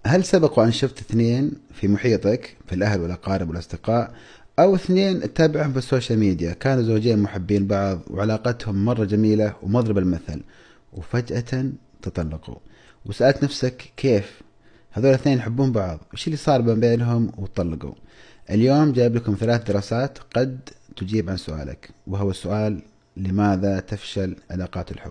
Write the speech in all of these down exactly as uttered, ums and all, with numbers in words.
هل سبق وأن شفت اثنين في محيطك في الأهل والأقارب والأصدقاء، أو اثنين تتابعهم في السوشيال ميديا، كانوا زوجين محبين بعض وعلاقتهم مرة جميلة ومضرب المثل، وفجأة تطلقوا، وسألت نفسك كيف هذول الاثنين يحبون بعض، وش اللي صار بين بينهم وتطلقوا؟ اليوم جايب لكم ثلاث دراسات قد تجيب عن سؤالك، وهو السؤال: لماذا تفشل علاقات الحب؟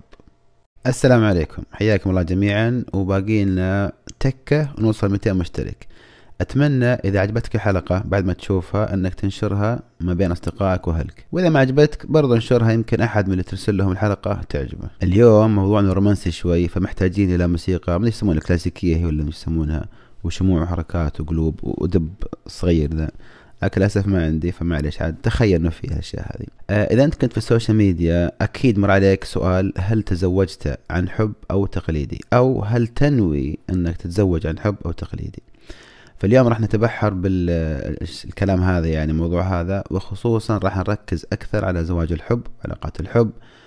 السلام عليكم، حياكم الله جميعا، وباقي لنا تكة ونوصل مئتين مشترك. أتمنى إذا عجبتك الحلقة بعد ما تشوفها أنك تنشرها ما بين أصدقائك وأهلك، وإذا ما عجبتك برضو انشرها، يمكن أحد من اللي ترسل لهم الحلقة تعجبه. اليوم موضوعنا رومانسي شوي، فمحتاجين إلى موسيقى ما يسمونها كلاسيكية ولا مش يسمونها، وشموع وحركات وقلوب ودب صغير ذا. لكن للأسف ما عندي، فمعليش عاد تخيل إنه في هالأشياء هذه. آه إذا أنت كنت في السوشيال ميديا أكيد مر عليك سؤال: هل تزوجت عن حب أو تقليدي؟ أو هل تنوي أنك تتزوج عن حب أو تقليدي؟ فاليوم راح نتبحر بالكلام هذا، يعني موضوع هذا، وخصوصا راح نركز أكثر على زواج الحب وعلاقات الحب،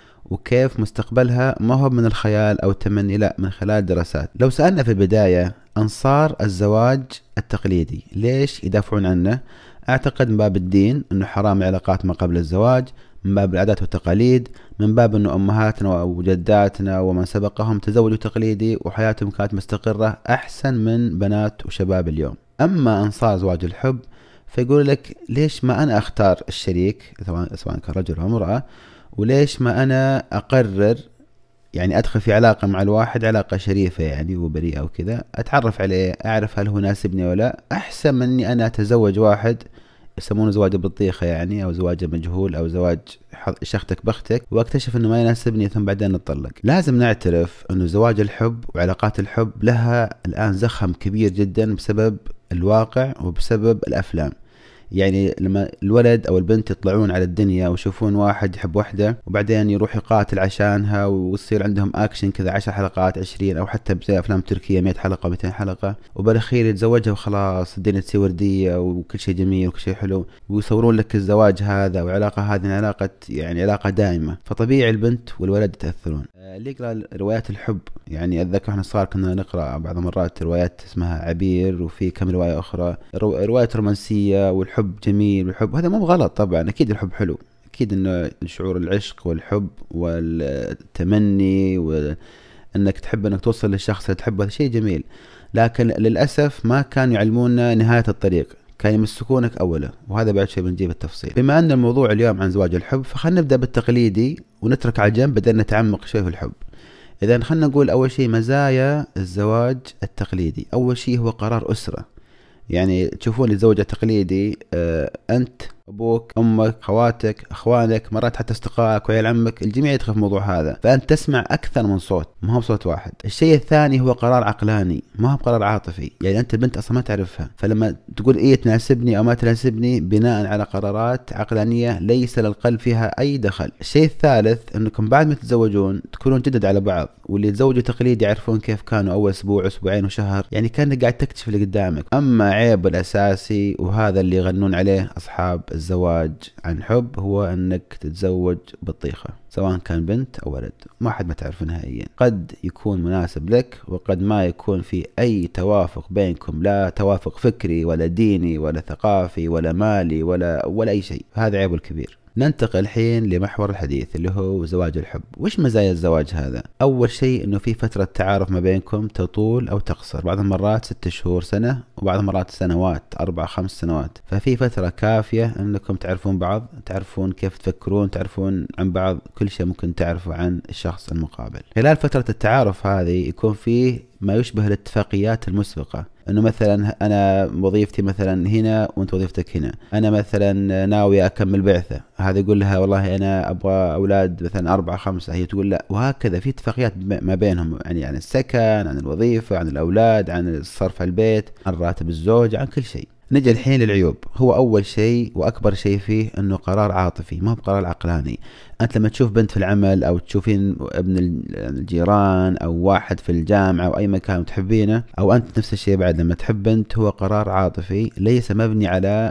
وكيف مستقبلها ما هو من الخيال أو التمني، لا، من خلال دراسات. لو سألنا في البداية أنصار الزواج التقليدي ليش يدافعون عنه، أعتقد من باب الدين أنه حرام العلاقات ما قبل الزواج، من باب العادات والتقاليد، من باب أنه أمهاتنا وجداتنا ومن سبقهم تزوجوا تقليدي وحياتهم كانت مستقرة أحسن من بنات وشباب اليوم. أما أنصار زواج الحب فيقول لك: ليش ما أنا أختار الشريك سواء كان رجل أو امرأة، وليش ما أنا أقرر يعني أدخل في علاقة مع الواحد، علاقة شريفة يعني وبريئة وكذا، أتعرف عليه، أعرف هل هو ناسبني ولا لا، أحسن من أني أنا أتزوج واحد يسمونه زواج البطيخة يعني، أو زواج مجهول، أو زواج شختك بختك، واكتشف أنه ما يناسبني ثم بعدين نتطلق. لازم نعترف أنه زواج الحب وعلاقات الحب لها الآن زخم كبير جدا بسبب الواقع وبسبب الأفلام. يعني لما الولد او البنت يطلعون على الدنيا ويشوفون واحد يحب واحدة، وبعدين يروح يقاتل عشانها، ويصير عندهم اكشن كذا عشر حلقات عشرين، او حتى زي افلام تركية مئة حلقة مئتين حلقة، وبالاخير يتزوجها وخلاص الدنيا تصير وردية وكل شيء جميل وكل شيء حلو، ويصورون لك الزواج هذا وعلاقة هذه علاقة يعني علاقة دائمة، فطبيعي البنت والولد يتأثرون. اللي يقرأ روايات الحب، يعني أتذكر احنا صغار كنا نقرأ بعض المرات روايات اسمها عبير، وفي كم رواية أخرى، رو... روايات رومانسية، والحب جميل، والحب هذا مو غلط طبعا، أكيد الحب حلو، أكيد إنه شعور العشق والحب والتمني وإنك تحب إنك توصل للشخص اللي تحبه، هذا شيء جميل، لكن للأسف ما كانوا يعلمونا نهاية الطريق، كان يمسكونك أوله، وهذا بعد شيء بنجيب التفصيل. بما أن الموضوع اليوم عن زواج الحب، فخلنا نبدأ بالتقليدي ونترك على جنب، بدأنا نتعمق شوي في الحب. إذا خلنا نقول أول شيء مزايا الزواج التقليدي. أول شيء هو قرار أسرة، يعني تشوفون الزوج التقليدي آه أنت، أبوك، أمك، خواتك، أخوانك، مرات حتى أصدقائك وعيال عمك، الجميع يدخل في الموضوع هذا، فأنت تسمع أكثر من صوت، ما هو بصوت واحد. الشيء الثاني هو قرار عقلاني، ما هو بقرار عاطفي، يعني أنت البنت أصلا ما تعرفها، فلما تقول إيه تناسبني أو ما تناسبني بناء على قرارات عقلانية ليس للقلب فيها أي دخل. الشيء الثالث أنكم بعد ما تتزوجون تكونون جدد على بعض، واللي يتزوجوا تقليدي يعرفون كيف كانوا أول أسبوع أسبوعين وشهر، يعني كأنك قاعد تكتشف اللي قدامك. أما عيب الأساسي، وهذا اللي يغنون عليه أصحاب الزواج عن حب، هو أنك تتزوج بطيخة، سواء كان بنت أو ولد، ما حد ما تعرف نهائيا، قد يكون مناسب لك وقد ما يكون في أي توافق بينكم، لا توافق فكري ولا ديني ولا ثقافي ولا مالي ولا ولا أي شيء، هذا عيبه الكبير. ننتقل الحين لمحور الحديث اللي هو زواج الحب. وش مزايا الزواج هذا؟ أول شيء أنه في فترة تعارف ما بينكم تطول أو تقصر، بعض المرات ست شهور سنة، وبعض المرات سنوات، أربع خمس سنوات، ففي فترة كافية أنكم تعرفون بعض، تعرفون كيف تفكرون، تعرفون عن بعض كل شيء ممكن تعرفوا عن الشخص المقابل. خلال فترة التعارف هذه يكون فيه ما يشبه الاتفاقيات المسبقة، انه مثلا انا وظيفتي مثلا هنا وانت وظيفتك هنا، انا مثلا ناوي اكمل بعثة، هذا يقول لها والله انا ابغى اولاد مثلا اربعة خمسة، هي تقول لا، وهكذا في اتفاقيات ما بينهم، يعني عن السكن، عن الوظيفة، عن الاولاد، عن صرف البيت، عن راتب الزوج، عن كل شيء. نجي الحين للعيوب. هو أول شيء وأكبر شيء فيه أنه قرار عاطفي، ما هو بقرار عقلاني. أنت لما تشوف بنت في العمل، أو تشوفين ابن الجيران، أو واحد في الجامعة أو أي مكان وتحبينه، أو أنت نفس الشيء بعد لما تحب بنت، هو قرار عاطفي ليس مبني على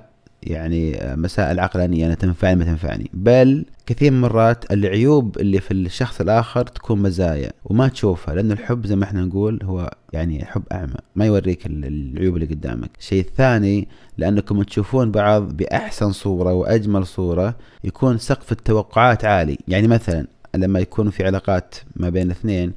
يعني مسائل عقلانية، أنا تنفعني ما تنفعني، بل كثير من مرات العيوب اللي في الشخص الآخر تكون مزايا وما تشوفها، لأن الحب زي ما احنا نقول هو يعني حب أعمى، ما يوريك العيوب اللي قدامك. الشيء الثاني، لأنكم تشوفون بعض بأحسن صورة وأجمل صورة، يكون سقف التوقعات عالي. يعني مثلا لما يكون في علاقات ما بين اثنين،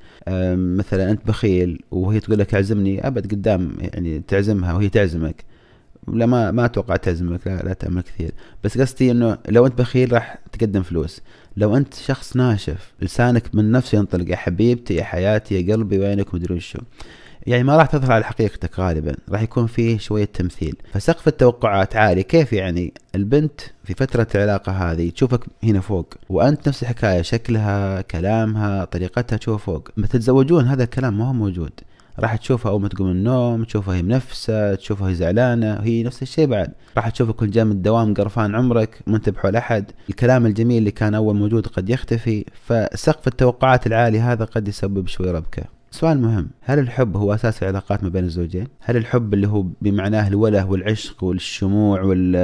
مثلا أنت بخيل وهي تقول لك اعزمني، أبد قدام يعني تعزمها وهي تعزمك، لا ما ما اتوقع تعزمك، لا, لا تأمل كثير، بس قصدي انه لو انت بخيل راح تقدم فلوس. لو انت شخص ناشف لسانك من نفسه ينطلق يا حبيبتي يا حياتي يا قلبي وينك مدري وشو، يعني ما راح تظهر على حقيقتك غالبا، راح يكون فيه شوية تمثيل. فسقف التوقعات عالي. كيف يعني؟ البنت في فترة العلاقة هذه تشوفك هنا فوق، وأنت نفس الحكاية، شكلها كلامها طريقتها تشوفها فوق. ما تتزوجون هذا الكلام ما هو موجود، راح تشوفها أول ما تقوم من النوم، تشوفها هي منفسة، تشوفها هي زعلانة، هي نفس الشيء بعد. راح تشوفك كل جاي من الدوام قرفان عمرك، ما انت بحول أحد، الكلام الجميل اللي كان أول موجود قد يختفي. فسقف التوقعات العالي هذا قد يسبب شوي ربكة. سؤال مهم، هل الحب هو أساس العلاقات ما بين الزوجين؟ هل الحب اللي هو بمعناه الوله والعشق والشموع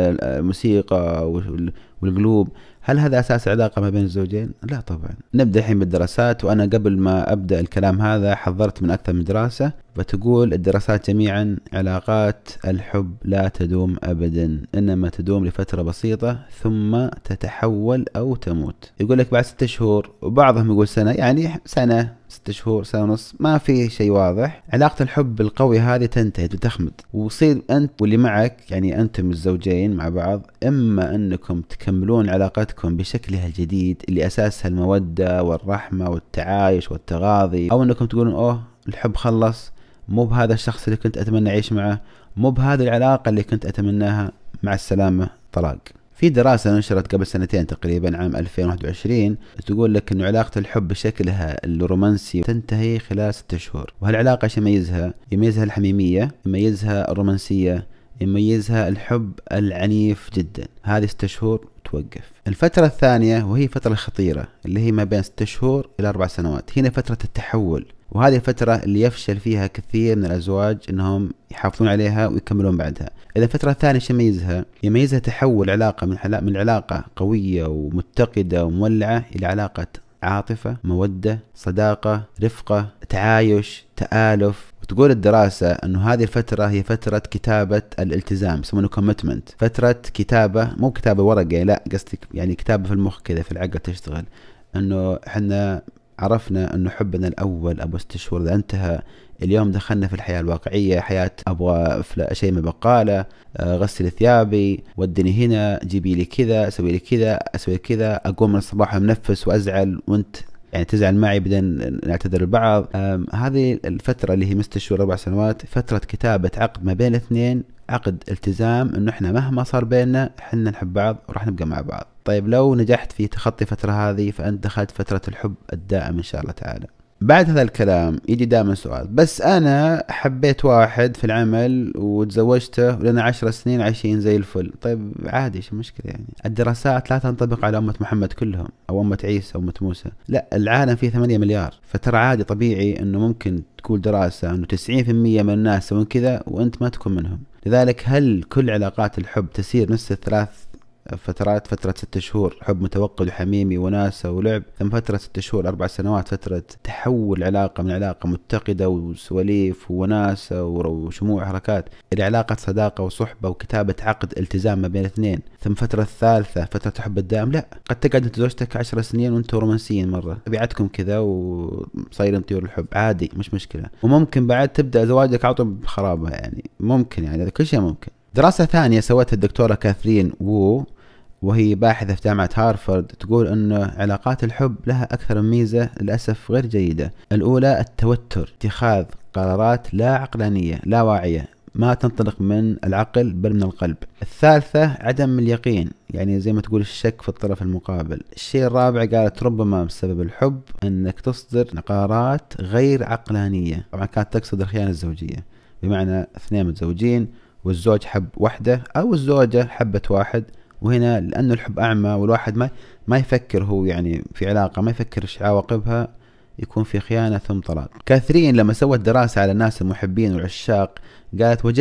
والموسيقى والقلوب، هل هذا أساس علاقة ما بين الزوجين؟ لا طبعا. نبدأ الحين بالدراسات، وأنا قبل ما أبدأ الكلام هذا حضرت من أكثر من دراسة، بتقول الدراسات جميعا علاقات الحب لا تدوم أبدا، إنما تدوم لفترة بسيطة ثم تتحول أو تموت. يقول لك بعد ستة شهور، وبعضهم يقول سنة، يعني سنة ستة شهور سنة ونص، ما في شيء واضح. علاقة الحب القوية هذه تنتهي وتخمد، وصير أنت واللي معك، يعني أنتم الزوجين مع بعض، إما أنكم تكملون علاقتكم بشكلها الجديد اللي أساسها المودة والرحمة والتعايش والتغاضي، أو أنكم تقولون أوه الحب خلص، مو بهذا الشخص اللي كنت أتمنى أعيش معه، مو بهذه العلاقة اللي كنت أتمناها، مع السلامة طلاق. في دراسة نشرت قبل سنتين تقريبا عام ألفين وواحد وعشرين تقول لك أنه علاقة الحب بشكلها الرومانسي تنتهي خلال ستة شهور. وهالعلاقة ايش يميزها؟ يميزها الحميمية، يميزها الرومانسية، يميزها الحب العنيف جدا. هذه ستة شهور توقف. الفترة الثانية وهي فترة خطيرة اللي هي ما بين ستة شهور إلى أربع سنوات، هنا فترة التحول، وهذه الفترة اللي يفشل فيها كثير من الأزواج أنهم يحافظون عليها ويكملون بعدها. إذا الفترة الثانية شو يميزها؟ يميزها تحول علاقة من من علاقة قوية ومتقدة ومولعة إلى علاقة عاطفة، مودة، صداقة، رفقة، تعايش، تآلف. وتقول الدراسة أنه هذه الفترة هي فترة كتابة الالتزام، يسمونه كوميتمنت، فترة كتابة، مو كتابة ورقة، لا قصدي يعني كتابة في المخ كذا، في العقل تشتغل، أنه إحنا عرفنا أنه حبنا الأول أبو ست شهور إذا انتهى، اليوم دخلنا في الحياة الواقعية، حياة أبغى شيء من بقالة، غسل ثيابي، ودني هنا، جيبي لي كذا، أسوي لي كذا، أسوي كذا، أقوم من الصباح منفس وأزعل وأنت يعني تزعل معي، بدين نعتذر البعض. هذه الفترة اللي هي ست شهور أربع سنوات فترة كتابة عقد ما بين اثنين، عقد التزام انه احنا مهما صار بيننا احنا نحب بعض وراح نبقى مع بعض. طيب لو نجحت في تخطي فترة هذه فانت دخلت فترة الحب الدائم ان شاء الله تعالى. بعد هذا الكلام يجي دائما سؤال، بس انا حبيت واحد في العمل وتزوجته ولنا عشر سنين عايشين زي الفل، طيب عادي شو المشكلة يعني؟ الدراسات لا تنطبق على أمة محمد كلهم او أمة عيسى او أمة موسى، لا العالم فيه ثمانية مليار، فترى عادي طبيعي انه ممكن تقول دراسة انه تسعين بالمئة من الناس يسوون كذا وانت ما تكون منهم. لذلك هل كل علاقات الحب تسير نفس الثلاث فترات؟ فترة ستة شهور حب متوقد وحميمي وناسة ولعب، ثم فترة ستة شهور أربع سنوات فترة تحول علاقة من علاقة متقدة وسواليف وناسة وشموع حركات إلى علاقة صداقة وصحبة وكتابة عقد التزام ما بين اثنين، ثم فترة الثالثة فترة حب الدائم. لا، قد تقعد انت زوجتك عشر سنين وانتوا رومانسيين مرة، طبيعتكم كذا وصايرين طيور الحب عادي مش مشكلة، وممكن بعد تبدأ زواجك عطوا بخرابة، يعني ممكن، يعني كل شيء ممكن. دراسة ثانية سوتها الدكتورة كاثرين وو وهي باحثة في جامعة هارفارد تقول أن علاقات الحب لها أكثر من ميزة للأسف غير جيدة. الأولى التوتر، اتخاذ قرارات لا عقلانية لا واعية، ما تنطلق من العقل بل من القلب. الثالثة عدم اليقين، يعني زي ما تقول الشك في الطرف المقابل. الشيء الرابع قالت ربما بسبب الحب أنك تصدر قرارات غير عقلانية، طبعا كانت تقصد الخيانة الزوجية، بمعنى اثنين متزوجين والزوج حب واحدة أو الزوجة حبت واحد، وهنا لأنه الحب أعمى والواحد ما ما يفكر هو يعني في علاقة ما يفكر إيش عواقبها، يكون في خيانة ثم طلاق. كاثرين لما سوت دراسة على الناس المحبين والعشاق قالت وجدت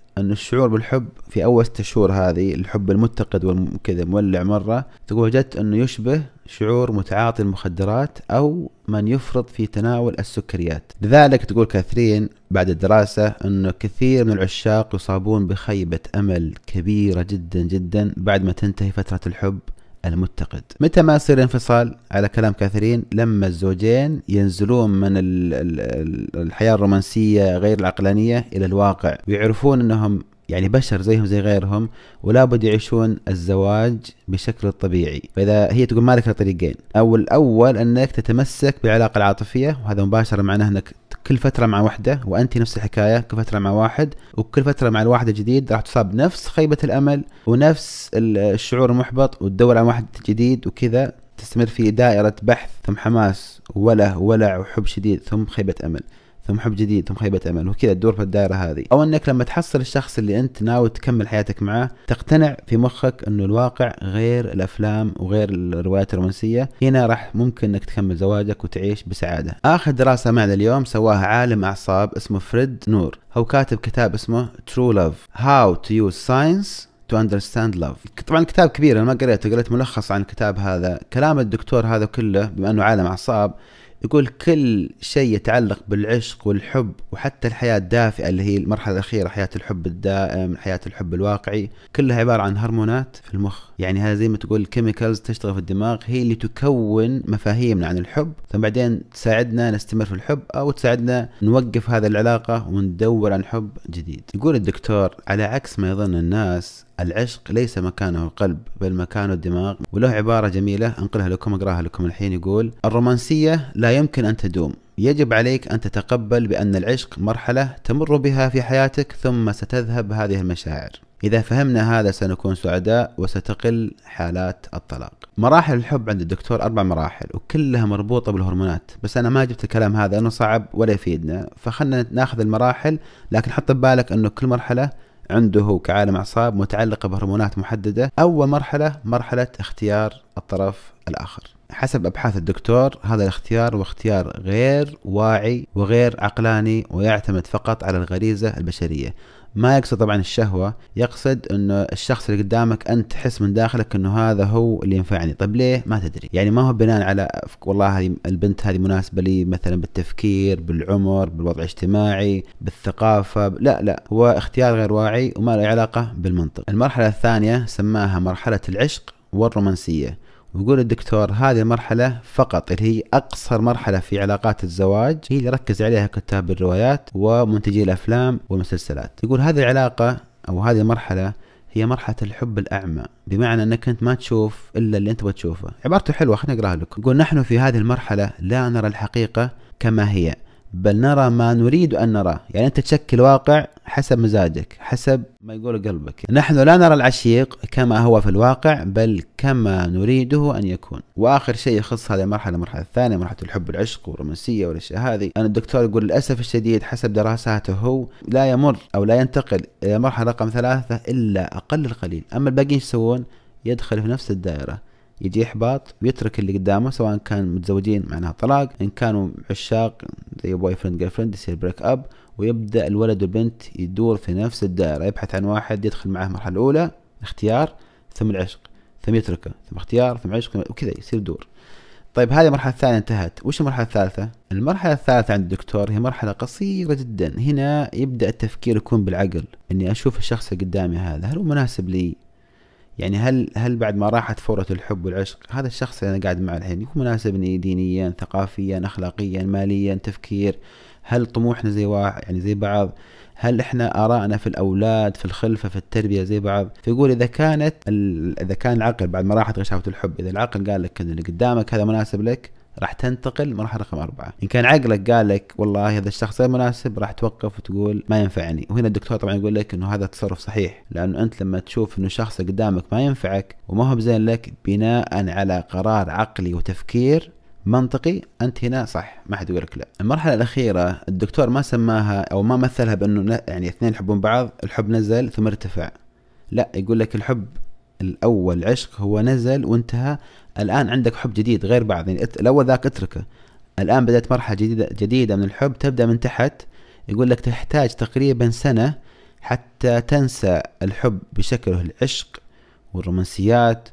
أن الشعور بالحب في أول ست شهور هذه، الحب المتقد والكذا مولع مرة، تقول وجدت أنه يشبه شعور متعاطي المخدرات أو من يفرط في تناول السكريات. لذلك تقول كاثرين بعد الدراسة أنه كثير من العشاق يصابون بخيبة أمل كبيرة جدا جدا بعد ما تنتهي فترة الحب المتقد. متى ما يصير انفصال على كلام كاثرين؟ لما الزوجين ينزلون من الحياة الرومانسية غير العقلانية إلى الواقع، ويعرفون أنهم يعني بشر زيهم زي غيرهم، ولا بد يعيشون الزواج بشكل الطبيعي. فإذا هي تقول مالك طريقين، أو الأول أنك تتمسك بالعلاقة العاطفية، وهذا مباشرة معناه أنك كل فترة مع وحدة، وأنت نفس الحكاية كل فترة مع واحد، وكل فترة مع الواحد الجديد راح تصاب نفس خيبة الأمل ونفس الشعور المحبط، وتدور على واحد جديد، وكذا تستمر في دائرة بحث ثم حماس وله ولع وحب شديد ثم خيبة أمل ثم حب جديد ثم خيبة أمل، وكذا تدور في الدائرة هذه. أو أنك لما تحصل الشخص اللي أنت ناوي تكمل حياتك معاه تقتنع في مخك أنه الواقع غير الأفلام وغير الروايات الرومانسية، هنا راح ممكن أنك تكمل زواجك وتعيش بسعادة. آخر دراسة معنا اليوم سواها عالم أعصاب اسمه فريد نور، هو كاتب كتاب اسمه True Love How to Use Science to Understand Love. طبعا الكتاب كبير، أنا ما قريته، قريت ملخص عن الكتاب هذا. كلام الدكتور هذا كله بما أنه عالم أعصاب يقول كل شيء يتعلق بالعشق والحب وحتى الحياة الدافئة اللي هي المرحلة الأخيرة، حياة الحب الدائم، حياة الحب الواقعي، كلها عبارة عن هرمونات في المخ. يعني هذا زي ما تقول كيميكالز تشتغل في الدماغ، هي اللي تكون مفاهيمنا عن الحب، ثم بعدين تساعدنا نستمر في الحب أو تساعدنا نوقف هذه العلاقة وندور عن حب جديد. يقول الدكتور على عكس ما يظن الناس، العشق ليس مكانه القلب بل مكانه الدماغ. وله عبارة جميلة أنقلها لكم أقراها لكم الحين، يقول الرومانسية لا يمكن أن تدوم، يجب عليك أن تتقبل بأن العشق مرحلة تمر بها في حياتك ثم ستذهب هذه المشاعر. إذا فهمنا هذا سنكون سعداء وستقل حالات الطلاق. مراحل الحب عند الدكتور أربع مراحل وكلها مربوطة بالهرمونات، بس أنا ما جبت الكلام هذا أنه صعب ولا يفيدنا، فخلنا ناخذ المراحل، لكن حط ببالك أنه كل مرحلة عنده هو كعالم أعصاب متعلقة بهرمونات محددة. أول مرحلة مرحلة اختيار الطرف الآخر. حسب أبحاث الدكتور هذا الاختيار واختيار غير واعي وغير عقلاني، ويعتمد فقط على الغريزة البشرية. ما يقصد طبعا الشهوة، يقصد انه الشخص اللي قدامك انت تحس من داخلك انه هذا هو اللي ينفعني. طيب ليه؟ ما تدري. يعني ما هو بناء على والله هذه البنت هذه مناسبة لي مثلا بالتفكير، بالعمر، بالوضع الاجتماعي، بالثقافة، لا لا، هو اختيار غير واعي وما له علاقة بالمنطق. المرحلة الثانية سماها مرحلة العشق والرومانسية، ويقول الدكتور هذه المرحلة فقط اللي هي أقصر مرحلة في علاقات الزواج، هي اللي ركز عليها كتاب الروايات ومنتجي الأفلام والمسلسلات. يقول هذه العلاقة أو هذه المرحلة هي مرحلة الحب الأعمى، بمعنى أنك أنت ما تشوف إلا اللي أنت بتشوفه. عبارته حلوة، خلينا نقراها لكم. يقول نحن في هذه المرحلة لا نرى الحقيقة كما هي، بل نرى ما نريد أن نراه. يعني أنت تشكل واقع حسب مزاجك، حسب ما يقول قلبك. نحن لا نرى العشيق كما هو في الواقع بل كما نريده أن يكون. وآخر شيء يخص هذه المرحلة، المرحلة الثانية، مرحلة الحب والعشق والرومانسية والأشياء هذه، أن الدكتور يقول للأسف الشديد حسب دراساته هو لا يمر أو لا ينتقل إلى مرحلة رقم ثلاثة إلا أقل القليل. أما الباقيين يسوون؟ يدخل في نفس الدائرة، يجي إحباط ويترك اللي قدامه، سواء كان متزوجين معناها طلاق، إن كانوا عشاق زي بوي فريند جيرل فريند يصير بريك أب، ويبدأ الولد والبنت يدور في نفس الدائرة، يبحث عن واحد يدخل معه المرحلة الأولى اختيار ثم العشق ثم يتركه ثم اختيار ثم عشق وكذا يصير دور. طيب هذه المرحلة الثانية انتهت، وش المرحلة الثالثة؟ المرحلة الثالثة عند الدكتور هي مرحلة قصيرة جدا. هنا يبدأ التفكير يكون بالعقل، إني أشوف الشخص اللي قدامي هذا هل هو مناسب لي؟ يعني هل هل بعد ما راحت فورة الحب والعشق هذا الشخص اللي أنا قاعد معه الحين يكون مناسبني دينيا، ثقافيا، أخلاقيا، ماليا، تفكير؟ هل طموحنا زي واحد يعني زي بعض؟ هل إحنا آراءنا في الأولاد، في الخلفة، في التربية زي بعض؟ فيقول إذا كانت إذا كان العقل بعد ما راحت غشاوة الحب، إذا العقل قال لك إن اللي قدامك هذا مناسب لك، راح تنتقل مرحلة رقم أربعة. إن كان عقلك قال لك والله هذا الشخص غير مناسب، راح توقف وتقول ما ينفعني. وهنا الدكتور طبعا يقول لك إنه هذا تصرف صحيح، لأنه أنت لما تشوف إنه الشخص قدامك ما ينفعك وما هو بزين لك بناء على قرار عقلي وتفكير منطقي، أنت هنا صح، ما حد يقول لك لا. المرحلة الأخيرة الدكتور ما سماها أو ما مثلها بأنه يعني اثنين يحبون بعض، الحب نزل ثم ارتفع، لا، يقول لك الحب الأول عشق هو نزل وانتهى، الآن عندك حب جديد غير بعض. يعني الأول ذاك اتركه، الآن بدأت مرحلة جديدة جديدة من الحب تبدأ من تحت. يقول لك تحتاج تقريبا سنة حتى تنسى الحب بشكله العشق والرومانسيات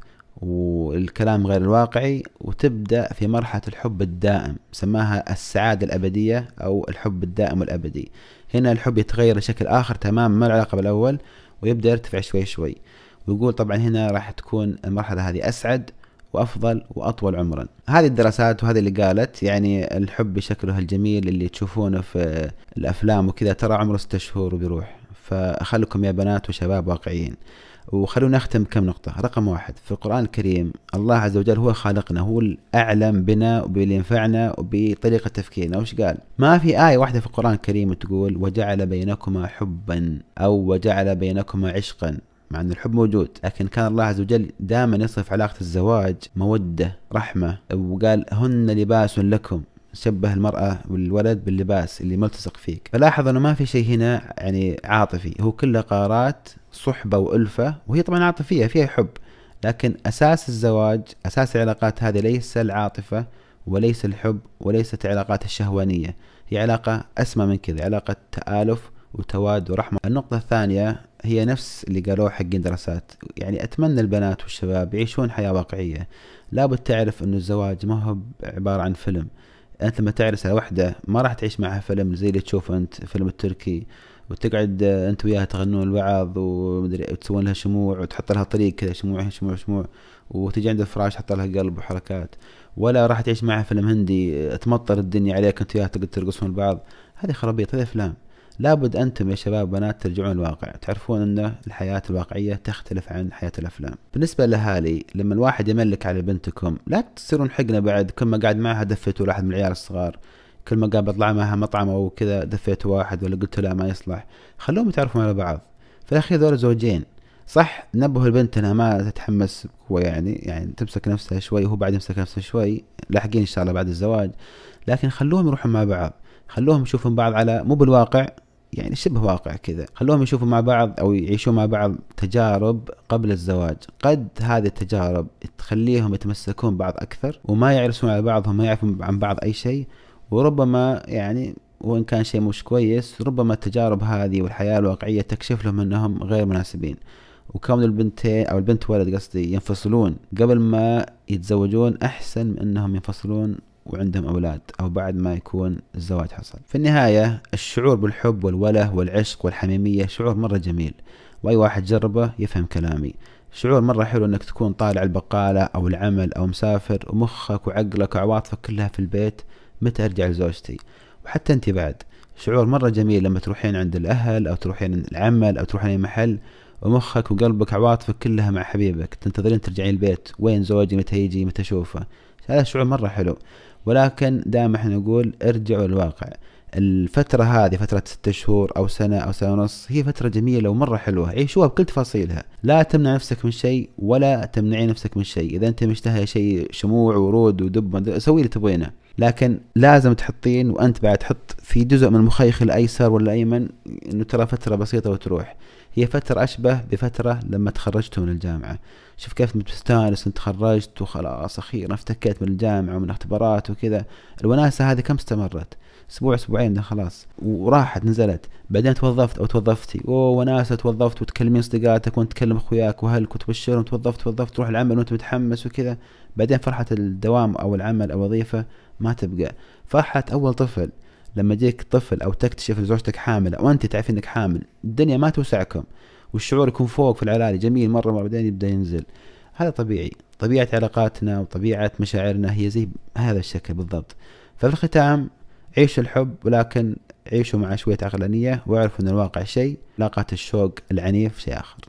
والكلام غير الواقعي، وتبدأ في مرحلة الحب الدائم، سماها السعادة الأبدية أو الحب الدائم والأبدي. هنا الحب يتغير بشكل آخر تماما، ما له علاقة بالأول، ويبدأ يرتفع شوي شوي. ويقول طبعا هنا راح تكون المرحلة هذه أسعد وأفضل وأطول عمرا. هذه الدراسات وهذه اللي قالت يعني الحب بشكله الجميل اللي تشوفونه في الأفلام وكذا ترى عمره ستة شهور وبيروح. فأخلكم يا بنات وشباب واقعيين. وخلونا نختم بكم نقطة. رقم واحد، في القرآن الكريم الله عز وجل هو خالقنا، هو الأعلم بنا وباللي ينفعنا وبطريقة تفكيرنا. وش قال؟ ما في آية واحدة في القرآن الكريم تقول وجعل بينكما حبا أو وجعل بينكما عشقا، مع أن الحب موجود، لكن كان الله عز وجل دائما يصف علاقة الزواج مودة رحمة. وقال هن لباس لكم، شبه المرأة والولد باللباس اللي ملتصق فيك. فلاحظ أنه ما في شيء هنا يعني عاطفي، هو كله قارات صحبة وألفة، وهي طبعا عاطفية فيها حب، لكن أساس الزواج أساس العلاقات هذه ليس العاطفة وليس الحب وليست العلاقات الشهوانية، هي علاقة أسمى من كذا، علاقة تآلف وتواد ورحمة. النقطة الثانية هي نفس اللي قالوه حقين دراسات، يعني أتمنى البنات والشباب يعيشون حياة واقعية. لابد تعرف أنه الزواج ما هو عبارة عن فيلم. أنت لما تعرس على وحدة ما راح تعيش معها فيلم زي اللي تشوف أنت فيلم التركي، وتقعد أنت وياها تغنون لبعض وتسوون لها شموع وتحط لها طريق كذا، شموع شموع شموع، وتجي عند الفراش تحط لها قلب وحركات. ولا راح تعيش معها فيلم هندي تمطر الدنيا عليك أنت وياها تقعد ترقصون البعض. هذه خرابيط، هذه أفلام. لابد أنتم يا شباب بنات ترجعون الواقع، تعرفون أن الحياة الواقعية تختلف عن حياة الأفلام. بالنسبة لأهالي، لما الواحد يملك على بنتكم لا تصيرون حقنا بعد، كل ما قاعد معها دفيتوا واحد من العيال الصغار، كل ما قاعد بطلع معها مطعم أو كذا دفيتوا واحد ولا قلت لا ما يصلح. خلوهم يتعرفون على بعض. في الأخير دول زوجين، صح نبهوا البنت انها ما تتحمس بقوة، يعني يعني تمسك نفسها شوي وهو بعد يمسك نفسه شوي، لاحقين ان شاء الله بعد الزواج، لكن خلوهم يروحوا مع بعض، خلوهم يشوفون بعض على مو بالواقع، يعني شبه واقع كذا، خلوهم يشوفوا مع بعض او يعيشوا مع بعض تجارب قبل الزواج. قد هذه التجارب تخليهم يتمسكون بعض اكثر وما يعرسون على بعضهم، ما يعرفون عن بعض اي شيء، وربما يعني وإن كان شيء مش كويس ربما التجارب هذه والحياة الواقعية تكشف لهم أنهم غير مناسبين. وكون البنتين أو البنت ولد قصدي ينفصلون قبل ما يتزوجون أحسن من أنهم ينفصلون وعندهم أولاد أو بعد ما يكون الزواج حصل. في النهاية الشعور بالحب والوله والعشق والحميمية شعور مرة جميل، وأي واحد جربه يفهم كلامي. شعور مرة حلو أنك تكون طالع البقالة أو العمل أو مسافر ومخك وعقلك وعواطفك كلها في البيت، متى أرجع لزوجتي. وحتى أنت بعد شعور مرة جميل لما تروحين عند الأهل أو تروحين العمل أو تروحين أي محل ومخك وقلبك عواطفك كلها مع حبيبك، تنتظرين ترجعين البيت، وين زوجي متى يجي متى أشوفه. هذا شعور مرة حلو. ولكن دائما احنا نقول ارجعوا للواقع. الفترة هذه فترة ستة شهور أو سنة أو سنة ونص هي فترة جميلة ومرة حلوة، عيشوها بكل تفاصيلها. لا تمنع نفسك من شيء ولا تمنعي نفسك من شيء. إذا أنت مشتهي شيء شموع ورود ودب سوي اللي تبغينه، لكن لازم تحطين وأنت بعد تحط في جزء من مخيخ الأيسر ولا الأيمن إنه ترى فترة بسيطة وتروح. هي فترة أشبه بفترة لما تخرجت من الجامعة. شوف كيف متستانس أنت تخرجت وخلاص أخيرا افتكيت من الجامعة ومن اختبارات وكذا. الوناسة هذه كم استمرت؟ أسبوع أسبوعين خلاص وراحت نزلت. بعدين توظفت أو توظفتي، أوه وناسة توظفت وتكلمين صديقاتك وأنت تكلم أخوياك وأهلك وتبشرهم توظفت توظفت تروح العمل وأنت متحمس وكذا. بعدين فرحة الدوام أو العمل أو وظيفة ما تبقى. فرحة أول طفل لما يجيك طفل أو تكتشف زوجتك حاملة وأنت تعرف إنك حامل، الدنيا ما توسعكم والشعور يكون فوق في العلالي جميل مرة مرة، بعدين يبدأ ينزل. هذا طبيعي، طبيعة علاقاتنا وطبيعة مشاعرنا هي زي هذا الشكل بالضبط. ففي الختام عيشوا الحب، ولكن عيشوا مع شوية عقلانية واعرفوا أن الواقع شيء، علاقات الشوق العنيف شيء آخر.